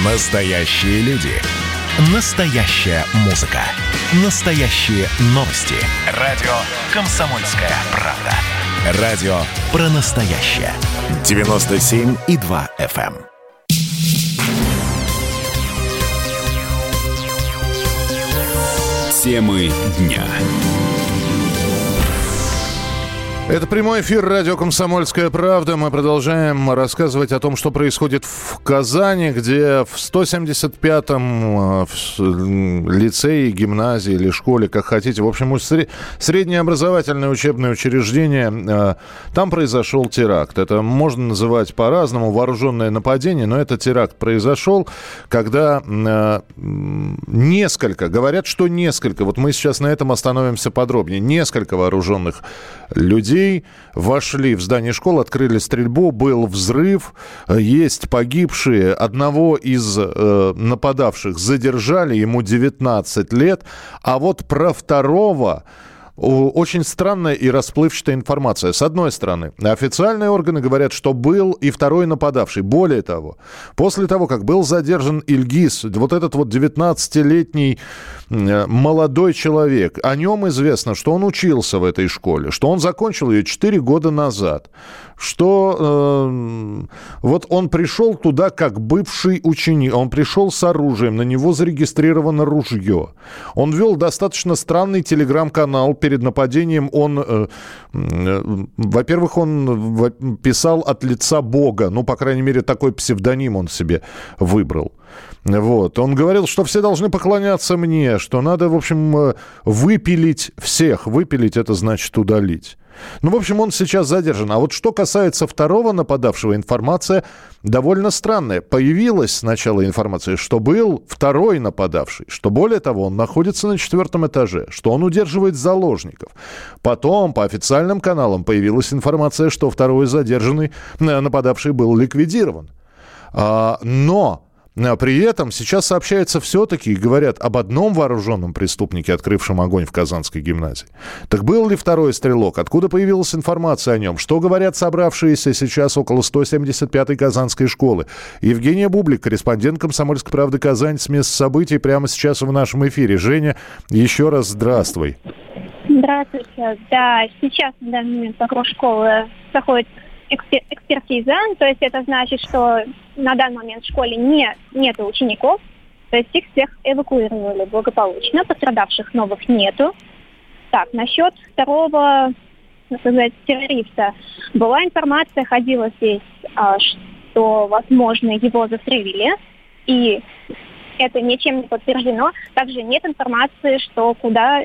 Настоящие люди. Настоящая музыка. Настоящие новости. Радио «Комсомольская правда». Радио про настоящее. 97,2 FM. Темы дня. Это прямой эфир радио «Комсомольская правда». Мы продолжаем рассказывать о том, что происходит в Казани, где в 175-м лицее, гимназии или школе, как хотите, в общем, среднее образовательное учебное учреждение, там произошел теракт. Это можно называть по-разному, вооруженное нападение, но этот теракт произошел, когда говорят, что несколько, вот мы сейчас на этом остановимся подробнее, несколько вооруженных людей вошли в здание школы, открыли стрельбу, был взрыв, есть погибшие. Одного из нападавших задержали, ему 19 лет, а вот про второго очень странная и расплывчатая информация. С одной стороны, официальные органы говорят, что был и второй нападавший. Более того, после того, как был задержан Ильгиз, вот этот вот 19-летний молодой человек, о нем известно, что он учился в этой школе, что он закончил ее 4 года назад, что вот он пришел туда как бывший ученик, он пришел с оружием, на него зарегистрировано ружье. Он вел достаточно странный телеграм-канал. Перед нападением он, во-первых, он писал от лица Бога, ну, по крайней мере, такой псевдоним он себе выбрал. Вот. Он говорил, что все должны поклоняться мне, что надо, в общем, выпилить всех. Выпилить — это значит удалить. Ну, в общем, он сейчас задержан. А вот что касается второго нападавшего, информация довольно странная. Появилась сначала информация, что был второй нападавший, что, более того, он находится на 4-м этаже, что он удерживает заложников. Потом по официальным каналам появилась информация, что второй задержанный нападавший был ликвидирован. Но при этом сейчас сообщается все-таки, говорят об одном вооруженном преступнике, открывшем огонь в Казанской гимназии. Так был ли второй стрелок? Откуда появилась информация о нем? Что говорят собравшиеся сейчас около 175-й Казанской школы? Евгения Бублик, корреспондент «Комсомольской правды» Казань, с места событий, прямо сейчас в нашем эфире. Женя, еще раз здравствуй. Здравствуйте. Да, сейчас в данный момент вокруг школы проходит экспертиза, то есть это значит, что на данный момент в школе нет учеников, то есть их всех эвакуировали благополучно, пострадавших новых нету. Так, насчет второго, так сказать, террориста. Была информация, ходила здесь, что, возможно, его застрелили, и это ничем не подтверждено. Также нет информации, что куда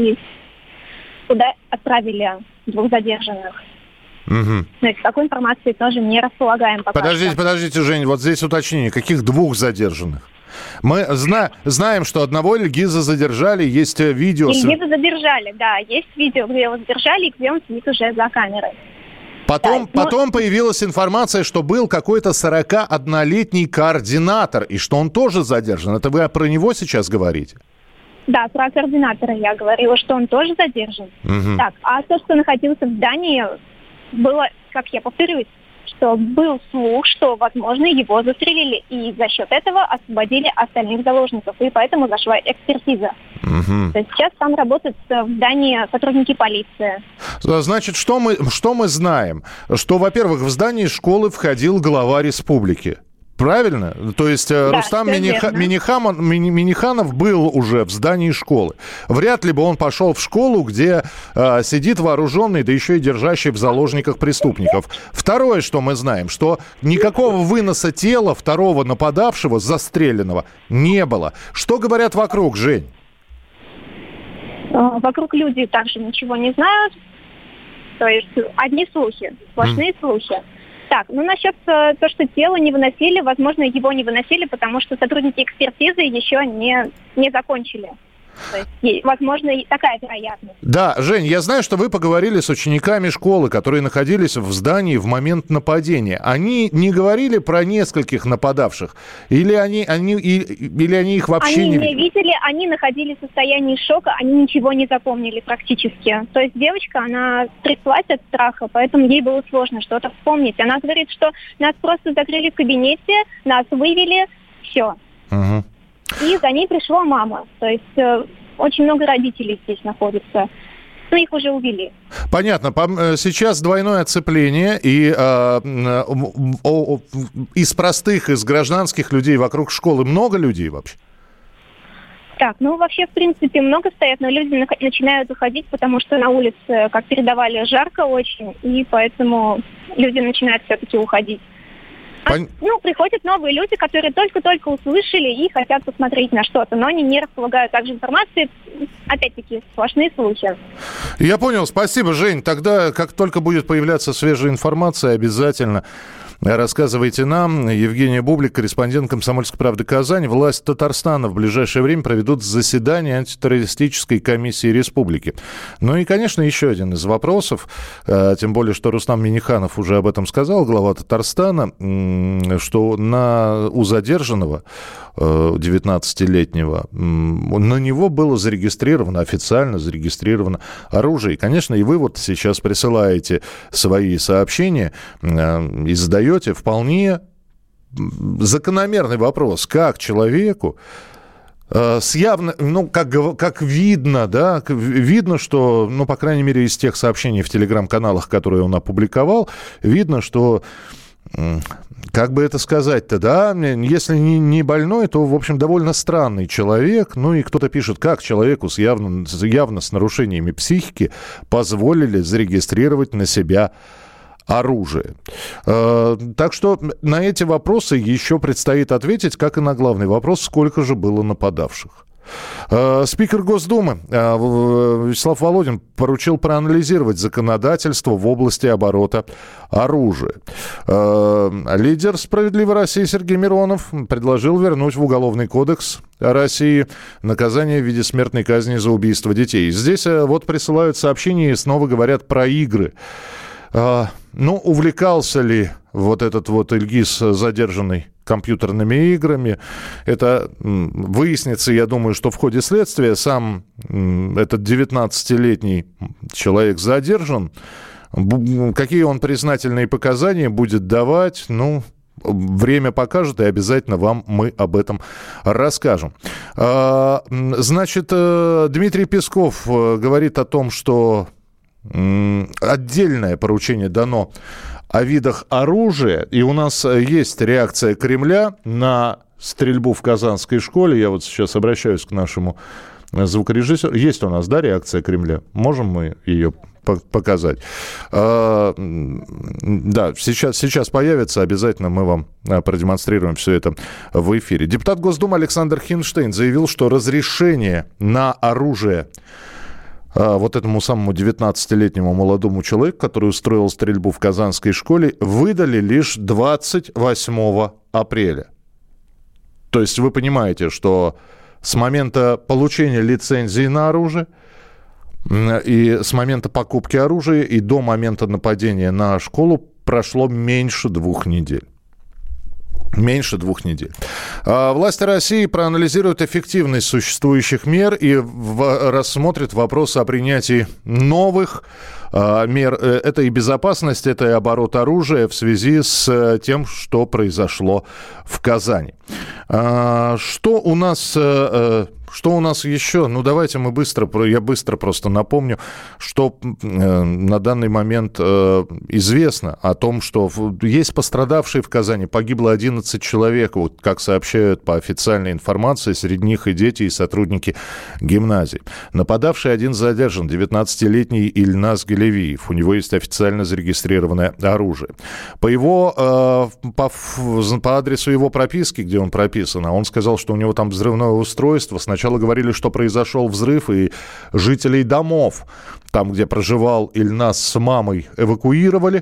отправили двух задержанных. Угу. То есть такой информации тоже не располагаем пока. Подождите, Жень, вот здесь уточнение. Каких двух задержанных? Мы знаем, что одного Ильгиза задержали, есть видео... Ильгиза задержали, да. Есть видео, где его задержали и где он сидит уже за камерой. Потом появилась информация, что был какой-то 41-летний координатор, и что он тоже задержан. Это вы про него сейчас говорите? Да, про координатора я говорила, что он тоже задержан. Угу. Так, а то, что находился в здании... Было, как я повторюсь, что был слух, что, возможно, его застрелили, и за счет этого освободили остальных заложников, и поэтому зашла экспертиза. Угу. То есть сейчас там работают в здании сотрудники полиции. Значит, что мы знаем? Что, во-первых, в здание школы входил глава республики. Правильно? То есть да, Рустам Минниханов был уже в здании школы. Вряд ли бы он пошел в школу, где сидит вооруженный, да еще и держащий в заложниках преступников. Второе, что мы знаем, что никакого выноса тела второго нападавшего, застреленного, не было. Что говорят вокруг, Жень? Вокруг люди также ничего не знают. То есть одни слухи, сплошные слухи. Так, насчет того, что тело не выносили, возможно, его не выносили, потому что сотрудники экспертизы еще не закончили. То есть, возможно, и такая вероятность. Да, Жень, я знаю, что вы поговорили с учениками школы, которые находились в здании в момент нападения. Они не говорили про нескольких нападавших? Или они их вообще не видели? Они не видели, они находились в состоянии шока, они ничего не запомнили практически. То есть девочка, она тряслась от страха, поэтому ей было сложно что-то вспомнить. Она говорит, что нас просто закрыли в кабинете, нас вывели, все. Угу. И за ней пришла мама. То есть очень много родителей здесь находится. Но их уже увели. Понятно. Сейчас двойное оцепление, и из простых, из гражданских людей вокруг школы много людей вообще? Так, вообще, в принципе, много стоят, но люди начинают уходить, потому что на улице, как передавали, жарко очень, и поэтому люди начинают все-таки уходить. Приходят новые люди, которые только-только услышали и хотят посмотреть на что-то, но они не располагают также информацией. Опять-таки, сплошные слухи. Я понял. Спасибо, Жень. Тогда, как только будет появляться свежая информация, обязательно рассказывайте нам. Евгения Бублик, корреспондент «Комсомольской правды» Казань. Власть Татарстана в ближайшее время проведут заседание антитеррористической комиссии республики. Ну и, конечно, еще один из вопросов, тем более, что Рустам Минниханов уже об этом сказал, глава Татарстана, что у задержанного 19-летнего, на него было официально зарегистрировано оружие. И, конечно, и вы вот сейчас присылаете свои сообщения и задаете вполне закономерный вопрос, как человеку с явно, как видно, да, видно, что, по крайней мере, из тех сообщений в телеграм-каналах, которые он опубликовал, видно, что, как бы это сказать-то, да, если не больной, то, в общем, довольно странный человек. Ну и кто-то пишет, как человеку явно с нарушениями психики позволили зарегистрировать на себя оружие. Так что на эти вопросы еще предстоит ответить, как и на главный вопрос, сколько же было нападавших. Спикер Госдумы Вячеслав Володин поручил проанализировать законодательство в области оборота оружия. Лидер «Справедливой России» Сергей Миронов предложил вернуть в Уголовный кодекс России наказание в виде смертной казни за убийство детей. Здесь вот присылают сообщения и снова говорят про игры. Увлекался ли вот этот вот Ильгиз, задержанный компьютерными играми? Это выяснится, я думаю, что в ходе следствия. Сам этот 19-летний человек задержан. Какие он признательные показания будет давать, время покажет, и обязательно вам мы об этом расскажем. Значит, Дмитрий Песков говорит о том, что отдельное поручение дано о видах оружия, и у нас есть реакция Кремля на стрельбу в казанской школе. Я вот сейчас обращаюсь к нашему звукорежиссеру. Есть у нас, да, реакция Кремля? Можем мы ее показать? Да, сейчас появится, обязательно мы вам продемонстрируем все это в эфире. Депутат Госдумы Александр Хинштейн заявил, что разрешение на оружие вот этому самому 19-летнему молодому человеку, который устроил стрельбу в казанской школе, выдали лишь 28 апреля. То есть вы понимаете, что с момента получения лицензии на оружие и с момента покупки оружия и до момента нападения на школу прошло меньше 2 недель. Меньше 2 недель. Власти России проанализируют эффективность существующих мер и рассмотрят вопросы о принятии новых мер. Это и безопасность, это и оборот оружия в связи с тем, что произошло в Казани. Что у нас еще? Давайте я быстро просто напомню, что на данный момент известно о том, что есть пострадавшие в Казани, погибло 11 человек, вот как сообщают по официальной информации, среди них и дети, и сотрудники гимназии. Нападавший один задержан, 19-летний Ильназ Гелевиев. У него есть официально зарегистрированное оружие. По адресу его прописки, где он прописан, он сказал, что у него там взрывное устройство. Сначала говорили, что произошел взрыв, и жителей домов, там, где проживал Ильназ с мамой, эвакуировали,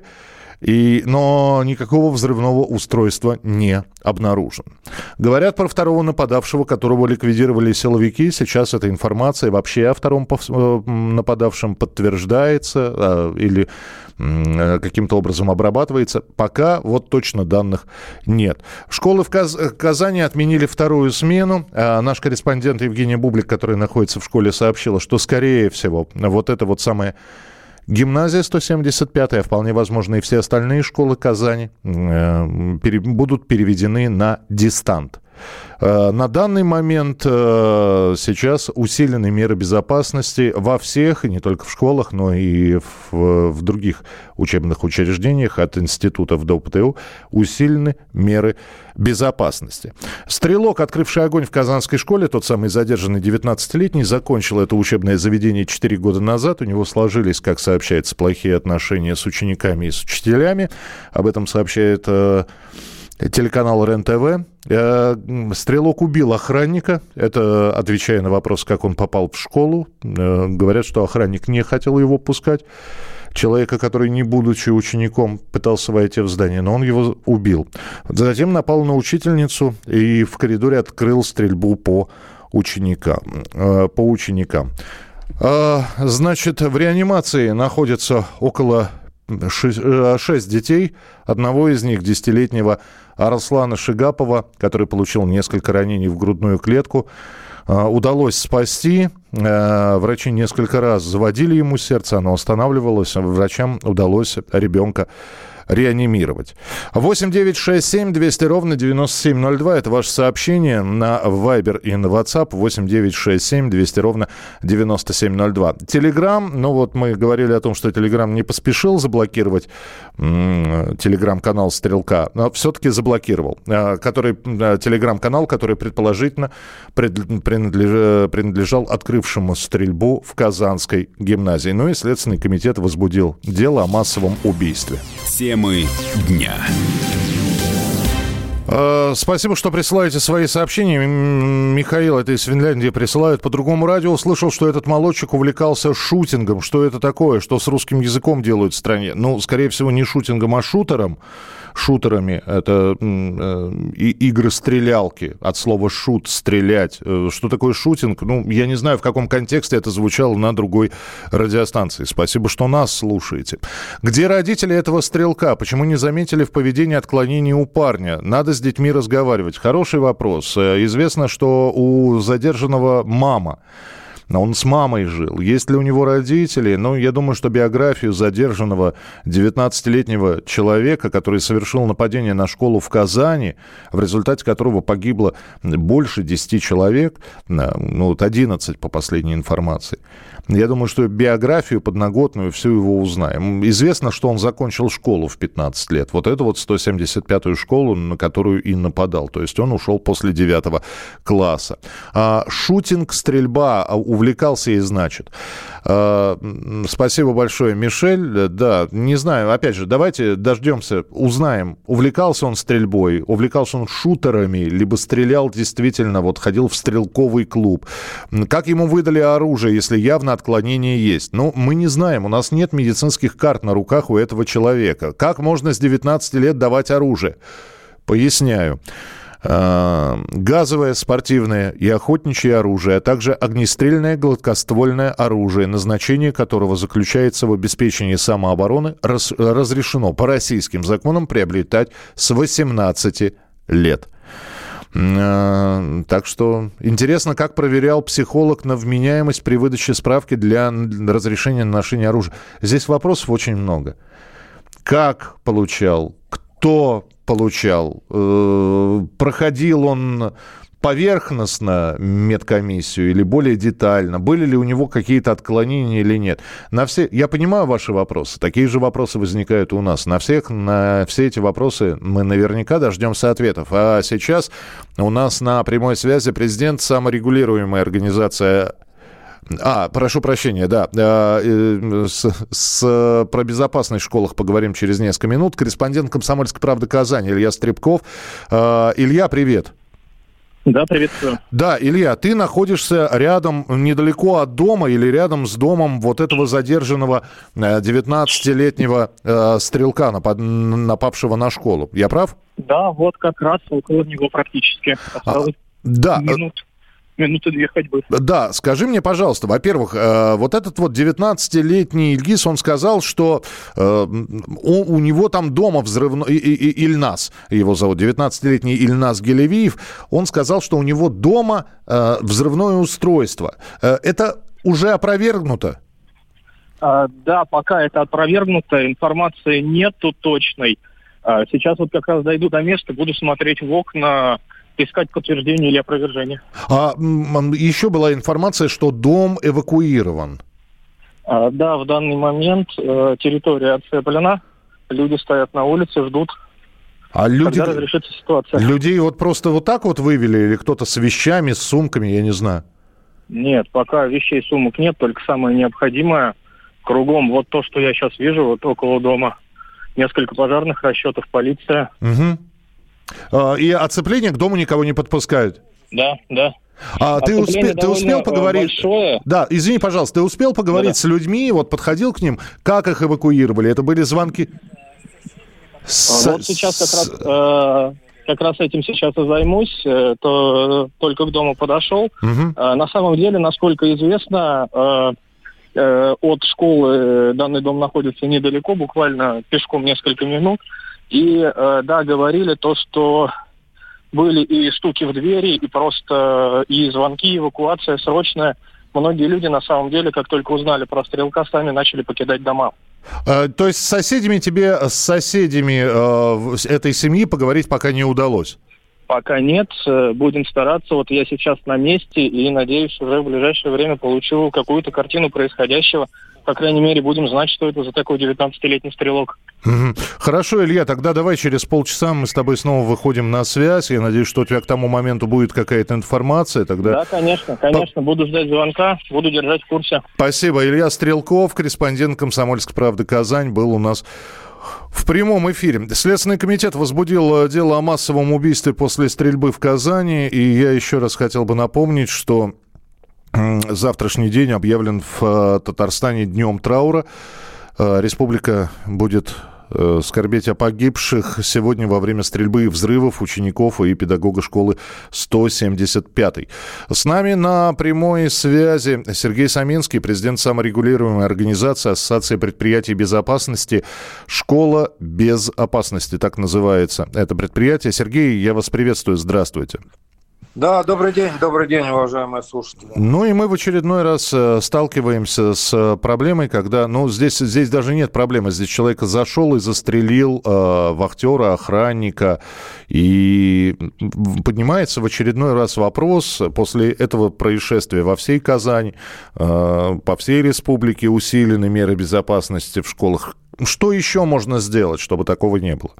но никакого взрывного устройства не обнаружено. Говорят про второго нападавшего, которого ликвидировали силовики. Сейчас эта информация вообще о втором нападавшем подтверждается или каким-то образом обрабатывается. Пока вот точно данных нет. Школы в Казани отменили вторую смену. Наш корреспондент Евгения Бублик, которая находится в школе, сообщила, что, скорее всего, вот это вот самое гимназия 175-я, вполне возможно, и все остальные школы Казани будут переведены на дистант. На данный момент сейчас усилены меры безопасности во всех, и не только в школах, но и в других учебных учреждениях, от институтов до ПТУ, усилены меры безопасности. Стрелок, открывший огонь в казанской школе, тот самый задержанный 19-летний, закончил это учебное заведение 4 года назад. У него сложились, как сообщается, плохие отношения с учениками и с учителями. Об этом сообщает телеканал РЕН-ТВ. Стрелок убил охранника. Это отвечая на вопрос, как он попал в школу. Говорят, что охранник не хотел его пускать. Человека, который, не будучи учеником, пытался войти в здание, но он его убил. Затем напал на учительницу и в коридоре открыл стрельбу по ученикам. Значит, в реанимации находится около 6 детей. Одного из них, 10-летнего Арслана Шигапова, который получил несколько ранений в грудную клетку, удалось спасти. Врачи несколько раз заводили ему сердце, оно останавливалось. Врачам удалось ребенка реанимировать. 8-967-200-97-02. Это ваше сообщение на Viber и на WhatsApp. 8-967-200-97-02. Телеграм. Ну вот мы говорили о том, что Телеграм не поспешил заблокировать телеграм-канал Стрелка, но все-таки заблокировал. Телеграм-канал, который предположительно принадлежал открывшему стрельбу в Казанской гимназии. Ну и Следственный комитет возбудил дело о массовом убийстве. Темы дня. Спасибо, что присылаете свои сообщения. Михаил, это из Финляндии, присылают по другому радио. Услышал, что этот молодчик увлекался шутингом. Что это такое? Что с русским языком делают в стране? Ну, скорее всего, не шутингом, а шутером. Шутерами. Это игры-стрелялки. От слова «шут» — стрелять. Что такое шутинг? Ну, я не знаю, в каком контексте это звучало на другой радиостанции. Спасибо, что нас слушаете. Где родители этого стрелка? Почему не заметили в поведении отклонений у парня? Надо с детьми разговаривать. Хороший вопрос. Известно, что у задержанного мама. Он с мамой жил. Есть ли у него родители? Ну, я думаю, что биографию задержанного 19-летнего человека, который совершил нападение на школу в Казани, в результате которого погибло больше 10 человек, ну, вот 11 по последней информации. Я думаю, что биографию подноготную всю его узнаем. Известно, что он закончил школу в 15 лет. Вот эту вот 175-ю школу, на которую и нападал. То есть он ушел после 9 класса. Шутинг, стрельба, увлекался и значит. Спасибо большое, Мишель. Да, не знаю, опять же, давайте дождемся, узнаем, увлекался он стрельбой, увлекался он шутерами, либо стрелял действительно, вот ходил в стрелковый клуб. Как ему выдали оружие, если явно отклонение есть? Ну, мы не знаем, у нас нет медицинских карт на руках у этого человека. Как можно с 19 лет давать оружие? Поясняю. Газовое, спортивное и охотничье оружие, а также огнестрельное гладкоствольное оружие, назначение которого заключается в обеспечении самообороны, разрешено по российским законам приобретать с 18 лет. Так что интересно, как проверял психолог на вменяемость при выдаче справки для разрешения на ношение оружия. Здесь вопросов очень много. Как получал? Кто получал? Проходил он поверхностно медкомиссию или более детально? Были ли у него какие-то отклонения или нет? Я понимаю ваши вопросы. Такие же вопросы возникают у нас. На все эти вопросы мы наверняка дождемся ответов. А сейчас у нас на прямой связи президент саморегулируемой организации... прошу прощения, да. Про безопасность в школах поговорим через несколько минут. Корреспондент «Комсомольской правды» Казань Илья Стребков. Илья, привет. Да, приветствую. Да, Илья, ты находишься рядом, недалеко от дома или рядом с домом вот этого задержанного 19-летнего стрелка, напавшего на школу. Я прав? Да, вот как раз около него практически. Осталось минуты 2 ходьбы. Да, скажи мне, пожалуйста, во-первых, вот этот вот 19-летний Ильгиз, он сказал, что у него там дома взрывной... Ильназ, его зовут, 19-летний Ильназ Гелевиев, он сказал, что у него дома взрывное устройство. Это уже опровергнуто? Да, пока это опровергнуто, информации нету точной. Сейчас вот как раз дойду до места, буду смотреть в окна. искать подтверждение или опровержение. Еще была информация, что дом эвакуирован. Да, в данный момент территория оцеплена, люди стоят на улице, ждут, когда разрешится ситуация. Людей вот просто вот так вот вывели или кто-то с вещами, с сумками, я не знаю? Нет, пока вещей, сумок нет, только самое необходимое. Кругом вот то, что я сейчас вижу, вот около дома. Несколько пожарных расчетов, полиция. Угу. И оцепление к дому никого не подпускают? Да. Ты успел поговорить? Большое. Да, извини, пожалуйста, ты успел поговорить с людьми, вот подходил к ним, как их эвакуировали? Это были звонки? Вот сейчас как раз этим сейчас и займусь, то только к дому подошел. Угу. На самом деле, насколько известно, от школы данный дом находится недалеко, буквально пешком несколько минут. И да, говорили то, что были и стуки в двери, и просто и звонки, эвакуация срочная. Многие люди, на самом деле, как только узнали про стрелка, сами начали покидать дома. То есть с соседями этой семьи поговорить пока не удалось? Пока нет. Будем стараться. Вот я сейчас на месте и, надеюсь, уже в ближайшее время получу какую-то картину происходящего. По крайней мере, будем знать, что это за такой 19-летний стрелок. Хорошо, Илья, тогда давай через полчаса мы с тобой снова выходим на связь. Я надеюсь, что у тебя к тому моменту будет какая-то информация. Тогда... Да, конечно. Буду ждать звонка, буду держать в курсе. Спасибо. Илья Стрелков, корреспондент «Комсомольской правды» Казань, был у нас в прямом эфире. Следственный комитет возбудил дело о массовом убийстве после стрельбы в Казани. И я еще раз хотел бы напомнить, что завтрашний день объявлен в Татарстане днем траура. Республика будет скорбеть о погибших сегодня во время стрельбы и взрывов учеников и педагога школы 175-й. С нами на прямой связи Сергей Саминский, президент саморегулируемой организации Ассоциации предприятий безопасности «Школа безопасности», так называется это предприятие. Сергей, я вас приветствую, здравствуйте. Да, добрый день, уважаемые слушатели. Ну и мы в очередной раз сталкиваемся с проблемой, когда, здесь даже нет проблемы, здесь человек зашел и застрелил вахтера, охранника, и поднимается в очередной раз вопрос после этого происшествия во всей Казани, по всей республике усилены меры безопасности в школах. Что еще можно сделать, чтобы такого не было?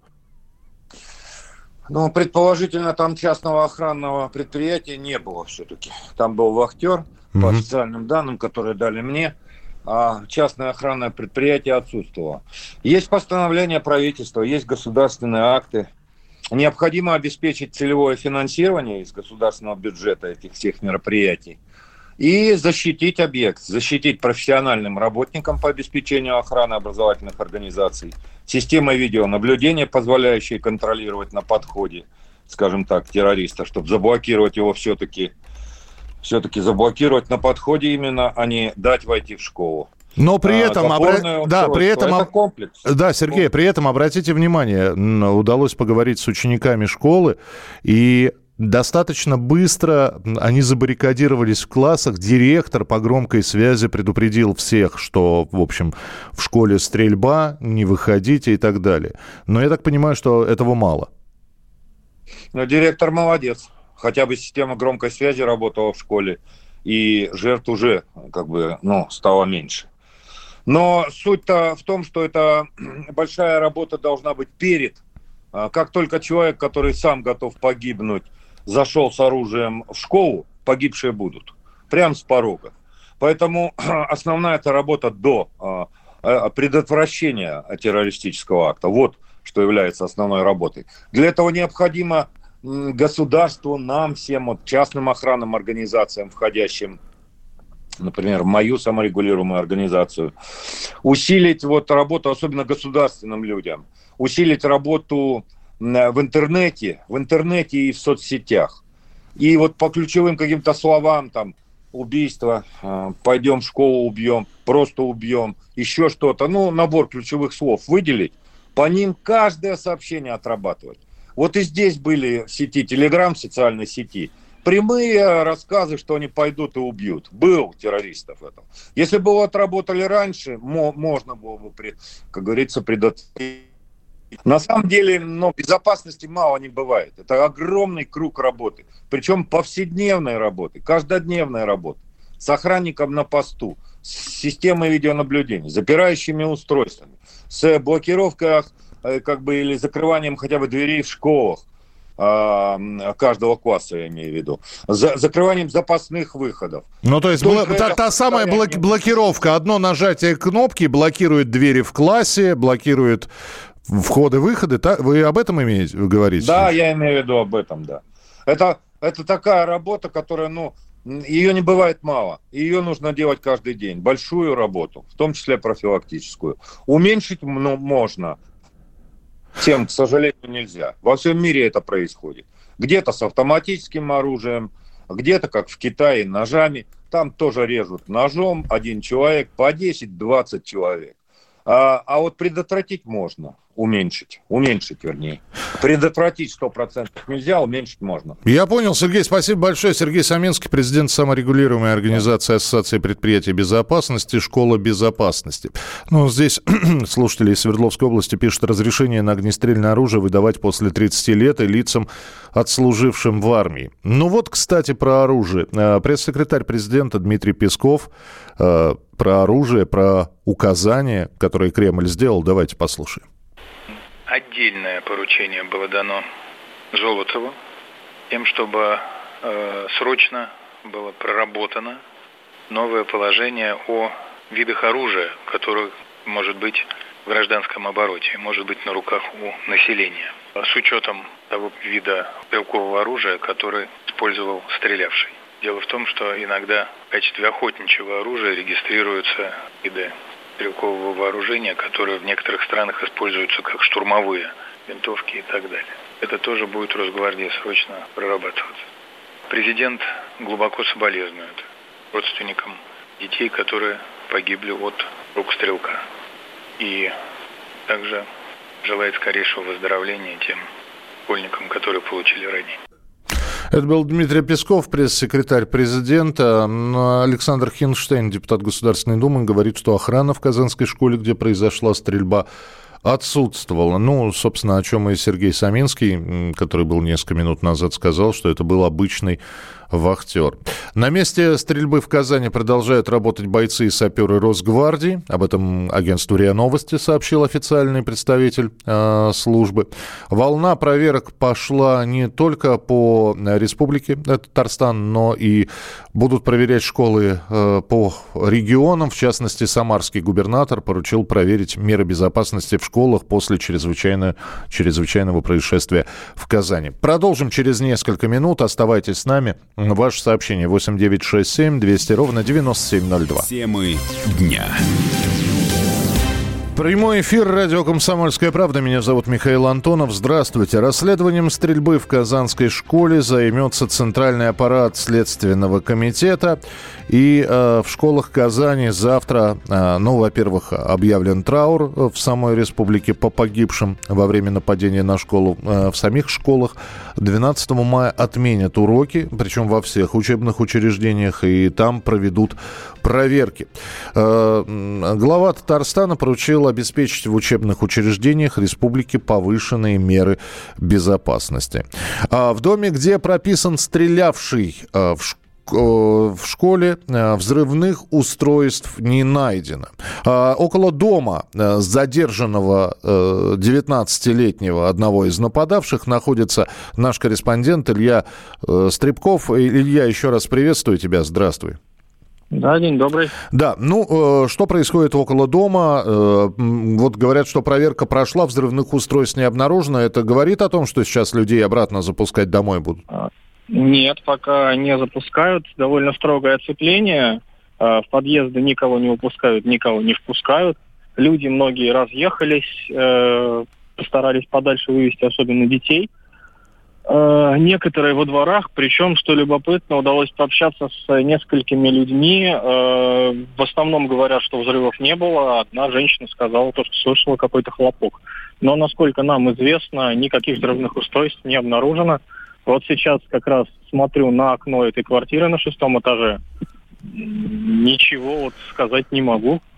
Предположительно, там частного охранного предприятия не было все-таки. Там был вахтер, по официальным данным, которые дали мне, а частное охранное предприятие отсутствовало. Есть постановление правительства, есть государственные акты. Необходимо обеспечить целевое финансирование из государственного бюджета этих всех мероприятий и защитить объект, защитить профессиональным работникам по обеспечению охраны образовательных организаций, системой видеонаблюдения, позволяющей контролировать на подходе, скажем так, террориста, чтобы заблокировать его все-таки заблокировать на подходе именно, а не дать войти в школу. Но при этом, комплекс. Да, Сергей, при этом обратите внимание, удалось поговорить с учениками школы, и достаточно быстро они забаррикадировались в классах. Директор по громкой связи предупредил всех, что, в общем, в школе стрельба, не выходите и так далее. Но я так понимаю, что этого мало. Но директор молодец. Хотя бы система громкой связи работала в школе, и жертв уже стало меньше. Но суть-то в том, что это большая работа должна быть перед. Как только человек, который сам готов погибнуть, зашел с оружием в школу, погибшие будут. Прямо с порога. Поэтому основная эта работа до предотвращения террористического акта. Вот что является основной работой. Для этого необходимо государству, нам всем, частным охранным организациям, входящим, например, в мою саморегулируемую организацию, усилить работу, особенно государственным людям, усилить работу в интернете и в соцсетях. И по ключевым каким-то словам, убийство, пойдем в школу убьем, просто убьем, еще что-то, набор ключевых слов выделить, по ним каждое сообщение отрабатывать. И здесь были в сети Telegram, в социальной сети, прямые рассказы, что они пойдут и убьют. Был террористов это. Если бы его отработали раньше, можно было бы, как говорится, предотвратить На самом деле, безопасности мало не бывает. Это огромный круг работы. Причем повседневной работы, каждодневной работы. С охранником на посту, с системой видеонаблюдения, запирающими устройствами, с блокировкой или закрыванием хотя бы дверей в школах каждого класса, я имею в виду, закрыванием запасных выходов. То есть та самая блокировка, одно нажатие кнопки блокирует двери в классе, блокирует входы-выходы. Вы об этом говорите? Да, я имею в виду об этом, да. Это такая работа, которая, ее не бывает мало. Ее нужно делать каждый день. Большую работу, в том числе профилактическую. Уменьшить можно. Всем, к сожалению, нельзя. Во всем мире это происходит. Где-то с автоматическим оружием, где-то, как в Китае, ножами. Там тоже режут ножом один человек по 10-20 человек. А вот предотвратить можно, уменьшить, вернее. Предотвратить 100% нельзя, уменьшить можно. Я понял, Сергей, спасибо большое. Сергей Саминский, президент саморегулируемой организации Ассоциации предприятий безопасности, Школа безопасности. Здесь слушатели из Свердловской области пишут: разрешение на огнестрельное оружие выдавать после 30 лет и лицам, отслужившим в армии. Кстати, про оружие. Пресс-секретарь президента Дмитрий Песков про оружие, про указания, которые Кремль сделал. Давайте послушаем. Отдельное поручение было дано Золотову, тем, чтобы срочно было проработано новое положение о видах оружия, которое может быть в гражданском обороте, может быть на руках у населения, с учетом того вида стрелкового оружия, который использовал стрелявший. Дело в том, что иногда в качестве охотничьего оружия регистрируются виды стрелкового вооружения, которые в некоторых странах используются как штурмовые винтовки и так далее. Это тоже будет в Росгвардии срочно прорабатываться. Президент глубоко соболезнует родственникам детей, которые погибли от рук стрелка. И также желает скорейшего выздоровления тем школьникам, которые получили ранения. Это был Дмитрий Песков, пресс-секретарь президента. Александр Хинштейн, депутат Государственной Думы, говорит, что охрана в Казанской школе, где произошла стрельба, отсутствовала. Собственно, о чем и Сергей Саминский, который был несколько минут назад, сказал, что это был обычный вахтер. На месте стрельбы в Казани продолжают работать бойцы и саперы Росгвардии. Об этом агентству РИА Новости сообщил официальный представитель службы. Волна проверок пошла не только по республике Татарстан, но и будут проверять школы по регионам. В частности, самарский губернатор поручил проверить меры безопасности в школах после чрезвычайного происшествия в Казани. Продолжим через несколько минут. Оставайтесь с нами. Ваше сообщение 8967-200-97-02. Темы дня. Прямой эфир радио «Комсомольская правда». Меня зовут Михаил Антонов. Здравствуйте. Расследованием стрельбы в Казанской школе займется Центральный аппарат Следственного комитета. И в школах Казани завтра, во-первых, объявлен траур в самой республике по погибшим во время нападения на школу. В самих школах 12 мая отменят уроки, причем во всех учебных учреждениях, и там проведут проверки. Глава Татарстана поручил обеспечить в учебных учреждениях республики повышенные меры безопасности. В доме, где прописан стрелявший в школе, взрывных устройств не найдено. Около дома задержанного 19-летнего одного из нападавших находится наш корреспондент Илья Стребков. Илья, еще раз приветствую тебя. Здравствуй. Да, день добрый. Да, что происходит около дома? Вот говорят, что проверка прошла, взрывных устройств не обнаружено. Это говорит о том, что сейчас людей обратно запускать домой будут? Нет, пока не запускают. Довольно строгое оцепление. В подъезды никого не выпускают, никого не впускают. Люди многие разъехались, постарались подальше вывести, особенно детей. Некоторые во дворах, причем, что любопытно, удалось пообщаться с несколькими людьми. В основном говорят, что взрывов не было. Одна женщина сказала, что слышала какой-то хлопок. Но, насколько нам известно, никаких взрывных устройств не обнаружено. Вот сейчас как раз смотрю на окно этой квартиры на 6-м этаже. Ничего сказать не могу.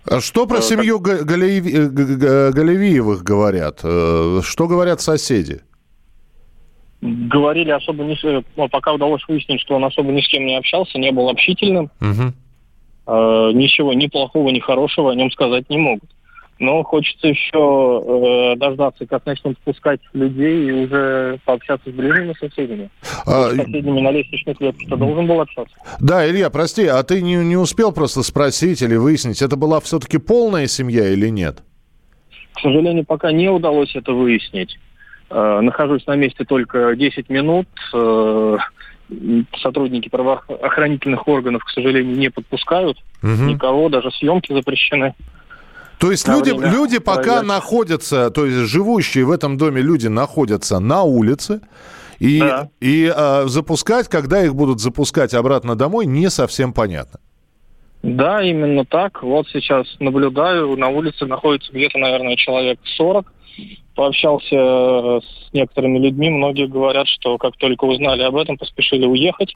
Что про семью Галевиевых говорят? Что говорят соседи? Говорили особо не... Пока удалось выяснить, что он особо ни с кем не общался, не был общительным. Угу. Ничего ни плохого, ни хорошего о нем сказать не могут. Но хочется еще дождаться, как начнут впускать людей и уже пообщаться с ближними соседями. С соседями на лестничной клетке, что должен был общаться. Да, Илья, прости, а ты не успел просто спросить или выяснить, это была все-таки полная семья или нет? К сожалению, пока не удалось это выяснить. Нахожусь на месте только 10 минут. Сотрудники правоохранительных органов, к сожалению, не подпускают никого, даже съемки запрещены. То есть люди пока находятся, то есть живущие в этом доме люди находятся на улице, и запускать, когда их будут запускать обратно домой, не совсем понятно. Да, именно так. Вот сейчас наблюдаю, на улице находится где-то, наверное, человек 40. Пообщался с некоторыми людьми, многие говорят, что как только узнали об этом, поспешили уехать.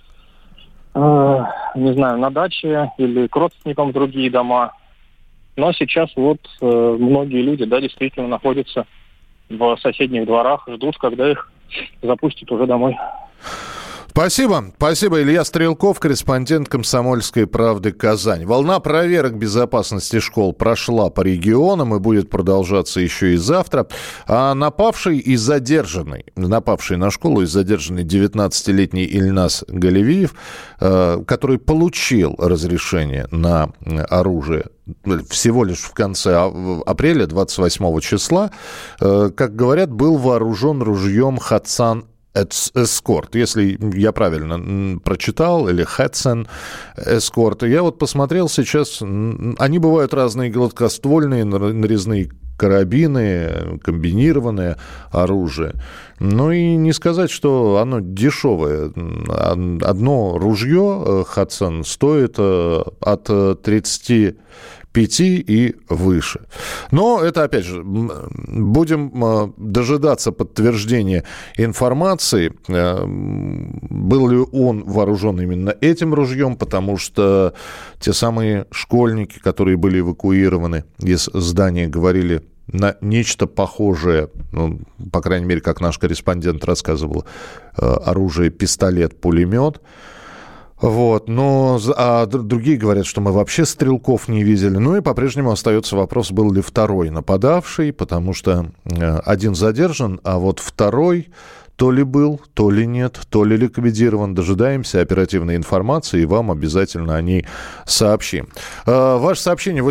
Не знаю, на даче или к родственникам в другие дома. Но сейчас вот многие люди, да, действительно находятся в соседних дворах, ждут, когда их запустят уже домой. Спасибо. Спасибо, Илья Стрелков, корреспондент «Комсомольской правды» Казань. Волна проверок безопасности школ прошла по регионам и будет продолжаться еще и завтра. А напавший на школу и задержанный 19-летний Ильназ Галевиев, который получил разрешение на оружие всего лишь в конце апреля, 28 числа, как говорят, был вооружен ружьем Хатсан Эскорт, если я правильно прочитал, или Хэтсон Эскорт. Я вот посмотрел сейчас, они бывают разные, гладкоствольные, нарезные карабины, комбинированное оружие. Ну и не сказать, что оно дешевое. Одно ружье Хатсон стоит от 35 и выше. Но это, опять же, будем дожидаться подтверждения информации, был ли он вооружен именно этим ружьем, потому что те самые школьники, которые были эвакуированы из здания, говорили на нечто похожее, ну, по крайней мере, как наш корреспондент рассказывал, оружие, пистолет, пулемет. Вот, но другие говорят, что мы вообще стрелков не видели. Ну и по-прежнему остается вопрос, был ли второй нападавший, потому что один задержан, а вот второй то ли был, то ли нет, то ли ликвидирован. Дожидаемся оперативной информации и вам обязательно о ней сообщим. Ваше сообщение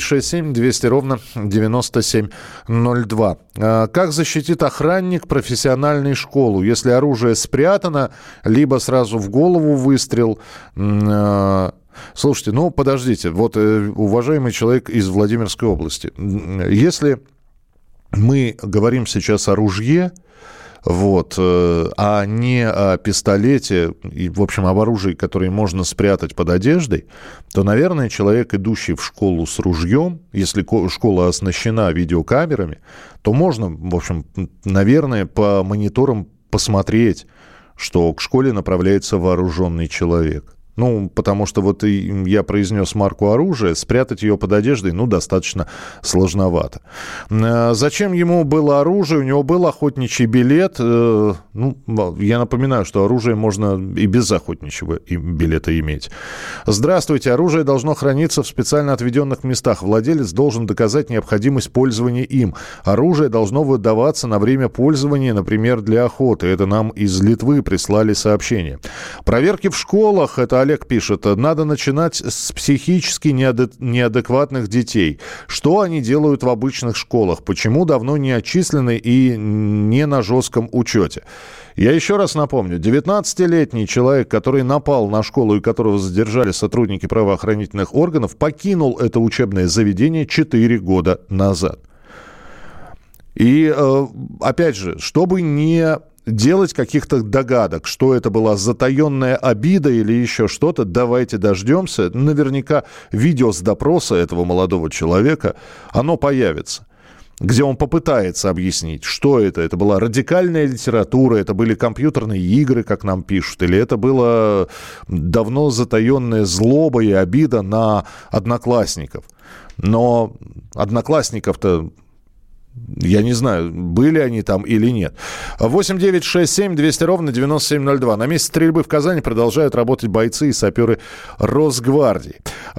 8967-200-97-02. Как защитит охранник профессиональную школу, если оружие спрятано, либо сразу в голову выстрел? Слушайте, ну подождите, вот уважаемый человек из Владимирской области, если мы говорим сейчас о ружье, вот, а не о пистолете и, в общем, об оружии, которое можно спрятать под одеждой, то, наверное, человек, идущий в школу с ружьем, если школа оснащена видеокамерами, то можно, в общем, наверное, по мониторам посмотреть, что к школе направляется вооруженный человек. Ну, потому что вот я произнес марку оружия, спрятать ее под одеждой, ну, достаточно сложновато. Зачем ему было оружие? У него был охотничий билет. Ну, я напоминаю, что оружие можно и без охотничьего билета иметь. Здравствуйте. Оружие должно храниться в специально отведенных местах. Владелец должен доказать необходимость пользования им. Оружие должно выдаваться на время пользования, например, для охоты. Это нам из Литвы прислали сообщение. Проверки в школах, это Олег пишет, надо начинать с психически неадекватных детей. Что они делают в обычных школах? Почему давно не отчислены и не на жестком учете? Я еще раз напомню, 19-летний человек, который напал на школу и которого задержали сотрудники правоохранительных органов, покинул это учебное заведение 4 года назад. И, опять же, чтобы не делать каких-то догадок, что это была затаенная обида или еще что-то, давайте дождемся. Наверняка видео с допроса этого молодого человека, оно появится, где он попытается объяснить, что это. Это была радикальная литература, это были компьютерные игры, как нам пишут, или это была давно затаенная злоба и обида на одноклассников. Но одноклассников-то, я не знаю, были они там или нет. 8 9 6 7 200 ровно 9702. На месте стрельбы в Казани продолжают работать бойцы и саперы Росгвардии.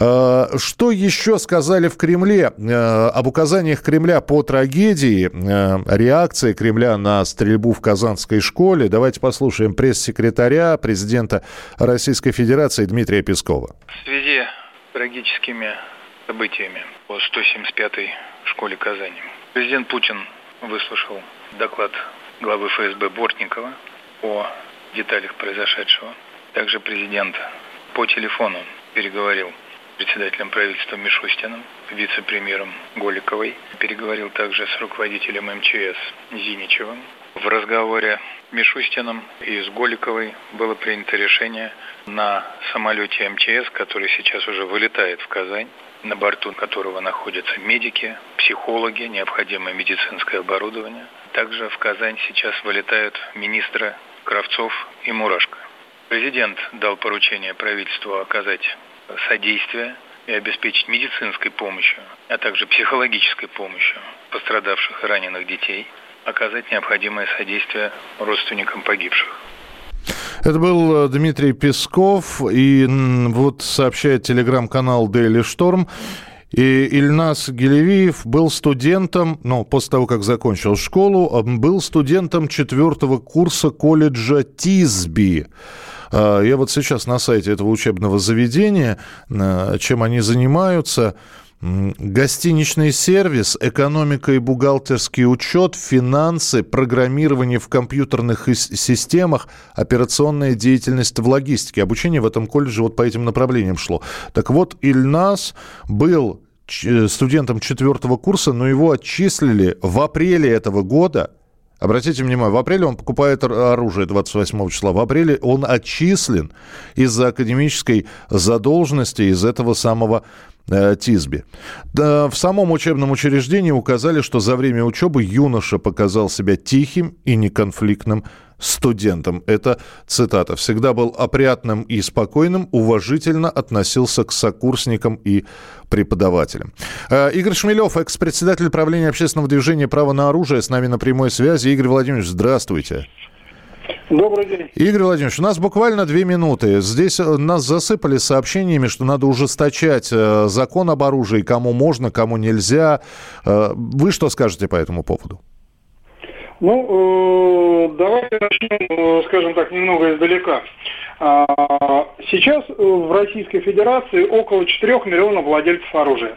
Что еще сказали в Кремле об указаниях Кремля по трагедии, реакции Кремля на стрельбу в казанской школе? Давайте послушаем пресс-секретаря президента Российской Федерации Дмитрия Пескова. В связи с трагическими событиями по 175-й школе Казани президент Путин выслушал доклад главы ФСБ Бортникова о деталях произошедшего. Также президент по телефону переговорил с председателем правительства Мишустиным, вице-премьером Голиковой. Переговорил также с руководителем МЧС Зиничевым. В разговоре с Мишустиным и с Голиковой было принято решение на самолете МЧС, который сейчас уже вылетает в Казань, на борту которого находятся медики, психологи, необходимое медицинское оборудование. Также в Казань сейчас вылетают министры Кравцов и Мурашко. Президент дал поручение правительству оказать содействие и обеспечить медицинской помощью, а также психологической помощью пострадавших и раненых детей, оказать необходимое содействие родственникам погибших. Это был Дмитрий Песков, и вот сообщает телеграм-канал Daily Storm, и Ильнас Гелевиев был студентом, после того, как закончил школу, был студентом 4-го курса колледжа Тисби. Я вот сейчас на сайте этого учебного заведения, чем они занимаются: гостиничный сервис, экономика и бухгалтерский учет, финансы, программирование в компьютерных системах, операционная деятельность в логистике. Обучение в этом колледже вот по этим направлениям шло. Так вот, Ильнас был студентом 4-го курса, но его отчислили в апреле этого года. Обратите внимание, в апреле он покупает оружие 28 числа. В апреле он отчислен из-за академической задолженности из этого самого Тисби. В самом учебном учреждении указали, что за время учебы юноша показал себя тихим и неконфликтным студентом. Это цитата. «Всегда был опрятным и спокойным, уважительно относился к сокурсникам и преподавателям». Игорь Шмелев, экс-председатель правления общественного движения «Право на оружие», с нами на прямой связи. Игорь Владимирович, здравствуйте. Добрый день. Игорь Владимирович, у нас буквально 2 минуты. Здесь нас засыпали сообщениями, что надо ужесточать закон об оружии, кому можно, кому нельзя. Вы что скажете по этому поводу? Давайте начнем, скажем так, немного издалека. Сейчас в Российской Федерации около 4 миллионов владельцев оружия.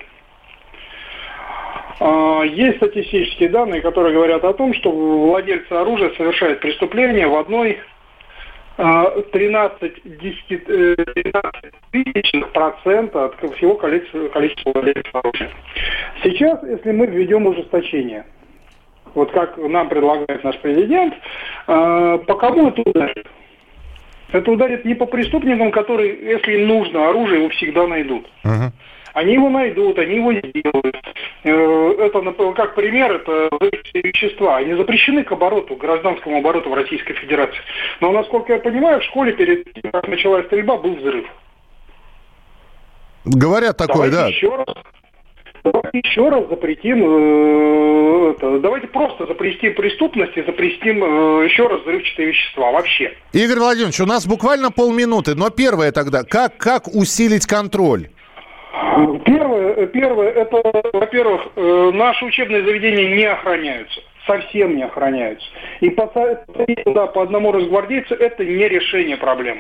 Есть статистические данные, которые говорят о том, что владельцы оружия совершают преступления в одной 13% от всего количества владельцев оружия. Сейчас, если мы введем ужесточение, вот как нам предлагает наш президент, по кому это ударит? Это ударит не по преступникам, которые, если им нужно оружие, его всегда найдут. Uh-huh. Они его найдут, они его сделают. Это, как пример, это вещества. Они запрещены к обороту, к гражданскому обороту в Российской Федерации. Но, насколько я понимаю, в школе перед тем, как началась стрельба, был взрыв. Говорят такое, да. Давайте еще раз запретим, давайте просто запретим преступность и запретим еще раз взрывчатые вещества вообще. Игорь Владимирович, у нас буквально полминуты, но первое тогда, как усилить контроль? Первое, это, во-первых, наши учебные заведения не охраняются, совсем не охраняются. И по одному росгвардейцу это не решение проблемы.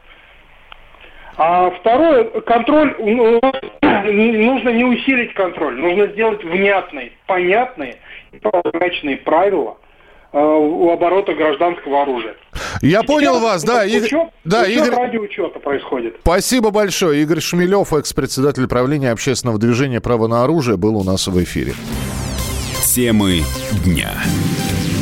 А второе, контроль, нужно не усилить контроль, нужно сделать внятные, понятные и прозрачные правила оборота гражданского оружия. Я понял вас, да. Игорь ради учета происходит. Спасибо большое. Игорь Шмелев, экс-председатель правления общественного движения «Право на оружие», был у нас в эфире. Темы дня.